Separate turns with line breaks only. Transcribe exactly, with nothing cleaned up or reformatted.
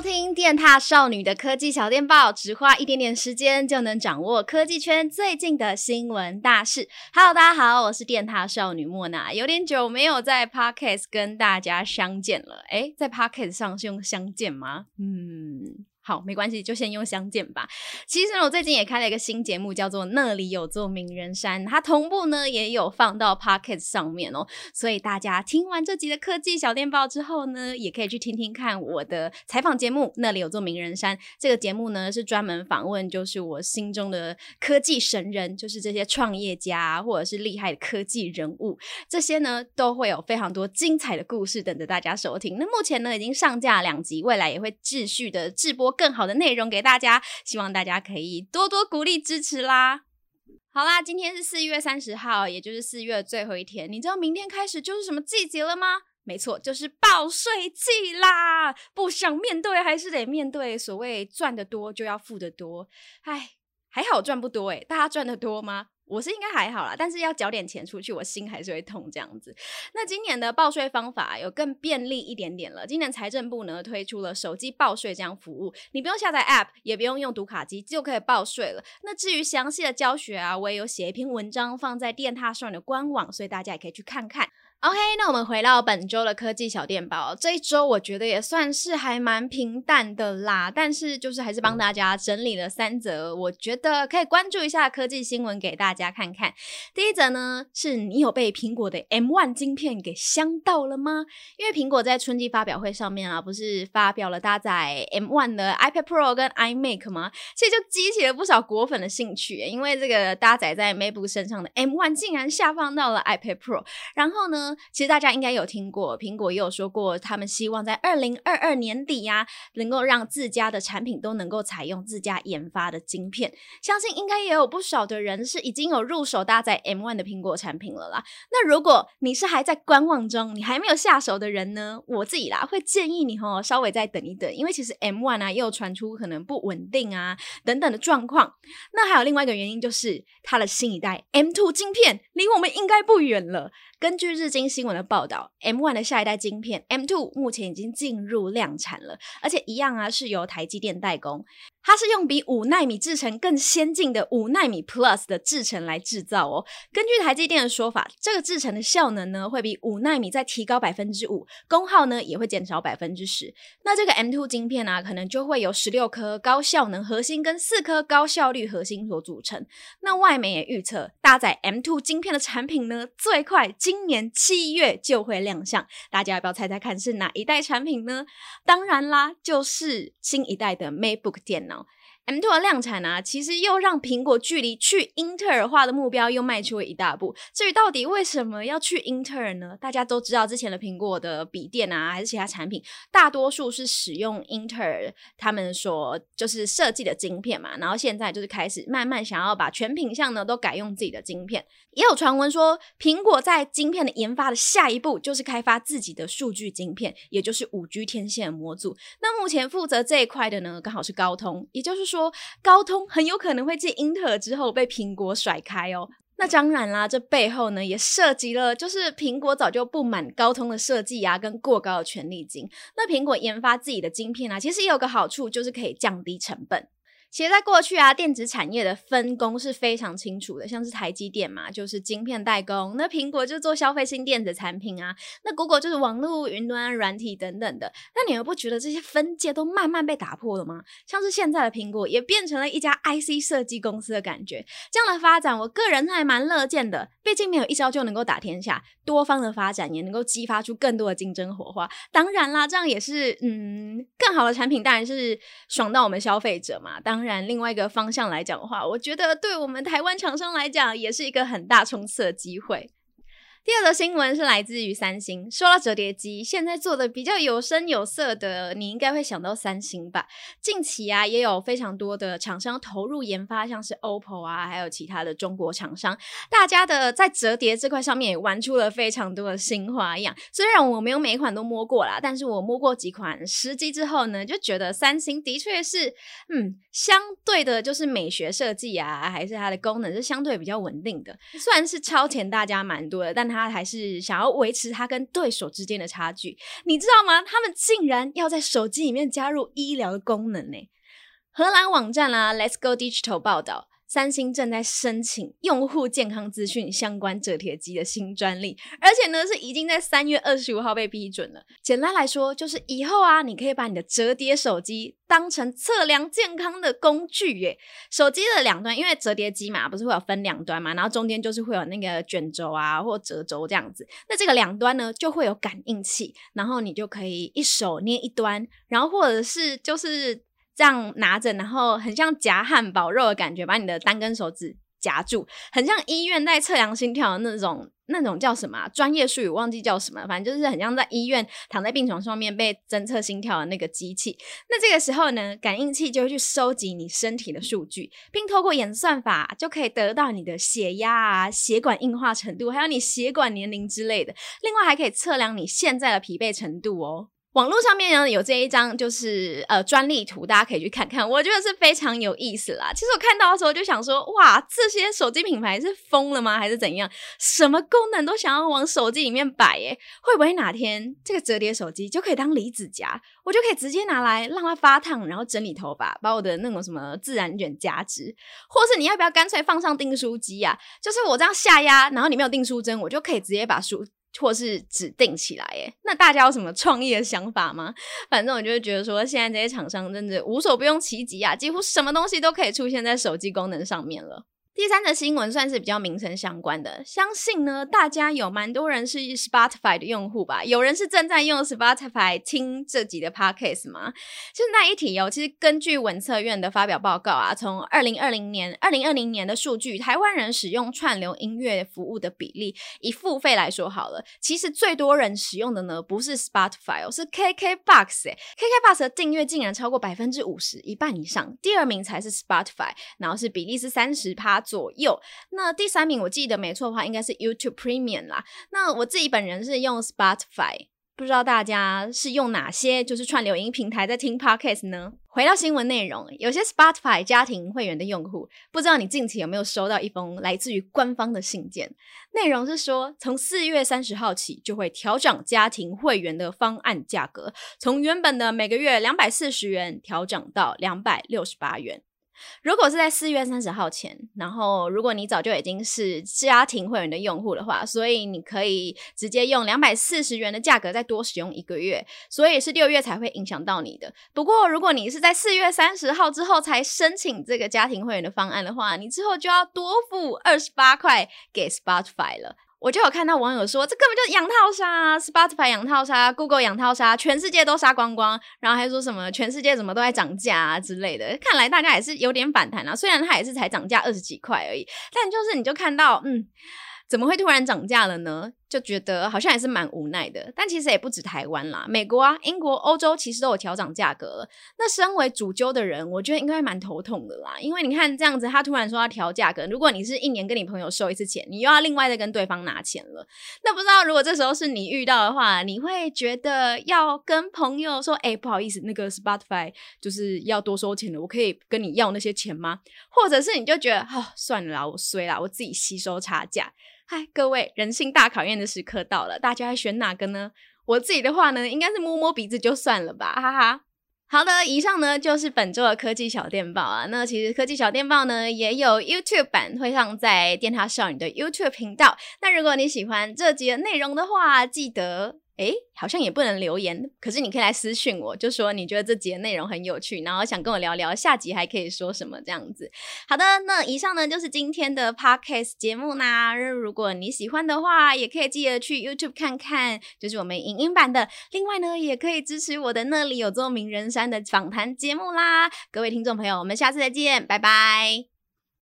听电踏少女的科技小电报，只花一点点时间就能掌握科技圈最近的新闻大事。Hello， 大家好，我是电踏少女莫娜，有点久没有在 Podcast 跟大家相见了。诶，在 Podcast 上是用相见吗？嗯。好，没关系，就先用相见吧。其实呢，我最近也开了一个新节目，叫做那里有座名人山，它同步呢也有放到 Podcast 上面哦。所以大家听完这集的科技小电报之后呢，也可以去听听看我的采访节目那里有座名人山。这个节目呢是专门访问就是我心中的科技神人，就是这些创业家或者是厉害的科技人物，这些呢都会有非常多精彩的故事等着大家收听。那目前呢已经上架两集，未来也会继续的制播更好的内容给大家，希望大家可以多多鼓励支持啦。好啦，今天是四月三十号，也就是四月的最后一天。你知道明天开始就是什么季节了吗？没错，就是报税季啦。不想面对还是得面对，所谓赚得多就要付得多。唉，还好赚不多诶，大家赚得多吗？我是应该还好啦，但是要缴点钱出去，我心还是会痛这样子。那今年的报税方法有更便利一点点了。今年财政部呢推出了手机报税这样服务，你不用下载 App， 也不用用读卡机就可以报税了。那至于详细的教学啊，我也有写一篇文章放在电踏少女的官网，所以大家也可以去看看。OK， 那我们回到本周的科技小电报。这一周我觉得也算是还蛮平淡的啦，但是就是还是帮大家整理了三则我觉得可以关注一下科技新闻给大家看看。第一则呢，是你有被苹果的 M 一 晶片给香到了吗？因为苹果在春季发表会上面啊，不是发表了搭载 M 一 的 iPad Pro 跟 iMac 吗？其实就激起了不少果粉的兴趣，因为这个搭载在 MacBook 身上的 M 一 竟然下放到了 iPad Pro。然后呢，其实大家应该有听过，苹果也有说过他们希望在二零二二年底啊，能够让自家的产品都能够采用自家研发的晶片。相信应该也有不少的人是已经有入手搭载 M 一 的苹果产品了啦。那如果你是还在观望中，你还没有下手的人呢，我自己啦会建议你齁稍微再等一等，因为其实 M 一 啊也有传出可能不稳定啊等等的状况。那还有另外一个原因，就是它的新一代 M 二 晶片离我们应该不远了。根据日经新闻的报道， M 一 的下一代晶片 M 二 目前已经进入量产了，而且一样啊是由台积电代工。它是用比五奈米制程更先进的五奈米 Plus 的制程来制造哦。根据台积电的说法，这个制程的效能呢会比五奈米再提高 百分之五， 功耗呢也会减少 百分之十。 那这个 M 二 晶片啊可能就会有十六颗高效能核心跟四颗高效率核心所组成。那外媒也预测搭载 M 二 晶片的产品呢最快今年七月就会亮相。大家要不要猜猜看是哪一代产品呢？当然啦，就是新一代的 MacBook 电脑。M 二 的量产啊，其实又让苹果距离去英特尔化的目标又迈出了一大步。至于到底为什么要去英特尔呢？大家都知道之前的苹果的笔电啊还是其他产品大多数是使用英特尔他们所就是设计的晶片嘛，然后现在就是开始慢慢想要把全品项呢都改用自己的晶片。也有传闻说苹果在晶片的研发的下一步就是开发自己的数据晶片，也就是 五 G 天线的模组。那目前负责这一块的呢刚好是高通，也就是说高通很有可能会继英特尔之后被苹果甩开哦。那当然啦，这背后呢也涉及了就是苹果早就不满高通的设计啊跟过高的权利金。那苹果研发自己的晶片啊其实也有个好处，就是可以降低成本。其实在过去啊，电子产业的分工是非常清楚的，像是台积电嘛，就是晶片代工，那苹果就做消费性电子产品啊，那 Google 就是网络、云端、软体等等的。那你们不觉得这些分界都慢慢被打破了吗？像是现在的苹果也变成了一家 I C 设计公司的感觉。这样的发展我个人还蛮乐见的，毕竟没有一招就能够打天下，多方的发展也能够激发出更多的竞争火花。当然啦，这样也是嗯更好的产品当然是爽到我们消费者嘛。当然当然另外一个方向来讲的话，我觉得对我们台湾厂商来讲也是一个很大冲刺的机会。第二则新闻是来自于三星。说到折叠机，现在做的比较有声有色的，你应该会想到三星吧。近期啊，也有非常多的厂商投入研发，像是 O P P O 啊，还有其他的中国厂商，大家的在折叠这块上面也玩出了非常多的新花样。虽然我没有每一款都摸过啦，但是我摸过几款实机之后呢，就觉得三星的确是嗯，相对的就是美学设计啊，还是它的功能是相对比较稳定的。虽然是超前大家蛮多的，但他还是想要维持他跟对手之间的差距。你知道吗？他们竟然要在手机里面加入医疗的功能呢。荷兰网站啦、啊、Let's Go Digital 报道，三星正在申请用户健康资讯相关折叠机的新专利，而且呢是已经在三月二十五号被批准了。简单来说，就是以后啊，你可以把你的折叠手机当成测量健康的工具耶。手机的两端，因为折叠机嘛，不是会有分两端嘛，然后中间就是会有那个卷轴啊或折轴这样子。那这个两端呢，就会有感应器，然后你就可以一手捏一端，然后或者是就是这样拿着，然后很像夹汉堡肉的感觉，把你的单根手指夹住，很像医院在测量心跳的那种那种叫什么啊？专业术语忘记叫什么，反正就是很像在医院躺在病床上面被侦测心跳的那个机器。那这个时候呢，感应器就会去收集你身体的数据，并透过演算法就可以得到你的血压啊、血管硬化程度，还有你血管年龄之类的。另外还可以测量你现在的疲惫程度哦。网络上面呢有这一张就是呃专利图，大家可以去看看，我觉得是非常有意思啦。其实我看到的时候就想说，哇，这些手机品牌是疯了吗？还是怎样？什么功能都想要往手机里面摆耶？会不会哪天这个折叠手机就可以当离子夹，我就可以直接拿来让它发烫，然后整理头发，把我的那种什么自然卷夹直？或是你要不要干脆放上订书机啊？就是我这样下压，然后里面有订书针，我就可以直接把书或是指定起来耶。那大家有什么创意的想法吗？反正我就觉得说，现在这些厂商真的无所不用其极啊，几乎什么东西都可以出现在手机功能上面了。第三则新闻算是比较民生相关的，相信呢大家有蛮多人是 Spotify 的用户吧，有人是正在用 Spotify 听这集的 Podcast 吗？现在一提哦，其实根据文策院的发表报告啊，从二零二零年二零二零年的数据，台湾人使用串流音乐服务的比例，以付费来说好了，其实最多人使用的呢不是 Spotify 哦，是 K K B O X 耶。K K B O X 的订阅竟然超过 百分之五十， 一半以上。第二名才是 Spotify， 然后是比例是 百分之三十 左右。那第三名我记得没错的话应该是 YouTube Premium 啦。那我自己本人是用 Spotify， 不知道大家是用哪些就是串流音平台在听 Podcast 呢？回到新闻内容，有些 Spotify 家庭会员的用户，不知道你近期有没有收到一封来自于官方的信件，内容是说从四月三十号起就会调整家庭会员的方案价格，从原本的每个月两百四十元调整到两百六十八元。如果是在四月三十号前，然后如果你早就已经是家庭会员的用户的话，所以你可以直接用两百四十元的价格再多使用一个月，所以是六月才会影响到你的。不过如果你是在四月三十号之后才申请这个家庭会员的方案的话，你之后就要多付二十八块给 Spotify 了。我就有看到网友说，这根本就是养套杀 Spotify 养套杀 Google 养套杀，全世界都杀光光，然后还说什么全世界怎么都在涨价啊之类的。看来大家也是有点反弹啊，虽然它也是才涨价二十几块而已，但就是你就看到嗯，怎么会突然涨价了呢？就觉得好像也是蛮无奈的。但其实也不止台湾啦，美国啊、英国、欧洲其实都有调涨价格了。那身为主揪的人，我觉得应该蛮头痛的啦，因为你看这样子，他突然说要调价格，如果你是一年跟你朋友收一次钱，你又要另外再跟对方拿钱了。那不知道如果这时候是你遇到的话，你会觉得要跟朋友说，哎、欸，不好意思，那个 Spotify 就是要多收钱了，我可以跟你要那些钱吗？或者是你就觉得哦，算了啦，我衰啦，我自己吸收差价。嗨，各位，人性大考验的时刻到了，大家会选哪个呢？我自己的话呢，应该是摸摸鼻子就算了吧，哈哈。好的，以上呢就是本周的科技小电报啊。那其实科技小电报呢也有 YouTube 版，会上在电塔少女的 YouTube 频道。那如果你喜欢这集的内容的话，记得诶好像也不能留言，可是你可以来私讯我，就说你觉得这集的内容很有趣，然后想跟我聊聊下集还可以说什么这样子。好的，那以上呢就是今天的 Podcast 节目啦。如果你喜欢的话，也可以记得去 YouTube 看看，就是我们影音版的。另外呢，也可以支持我的那里有座名人山的访谈节目啦。各位听众朋友，我们下次再见，拜拜。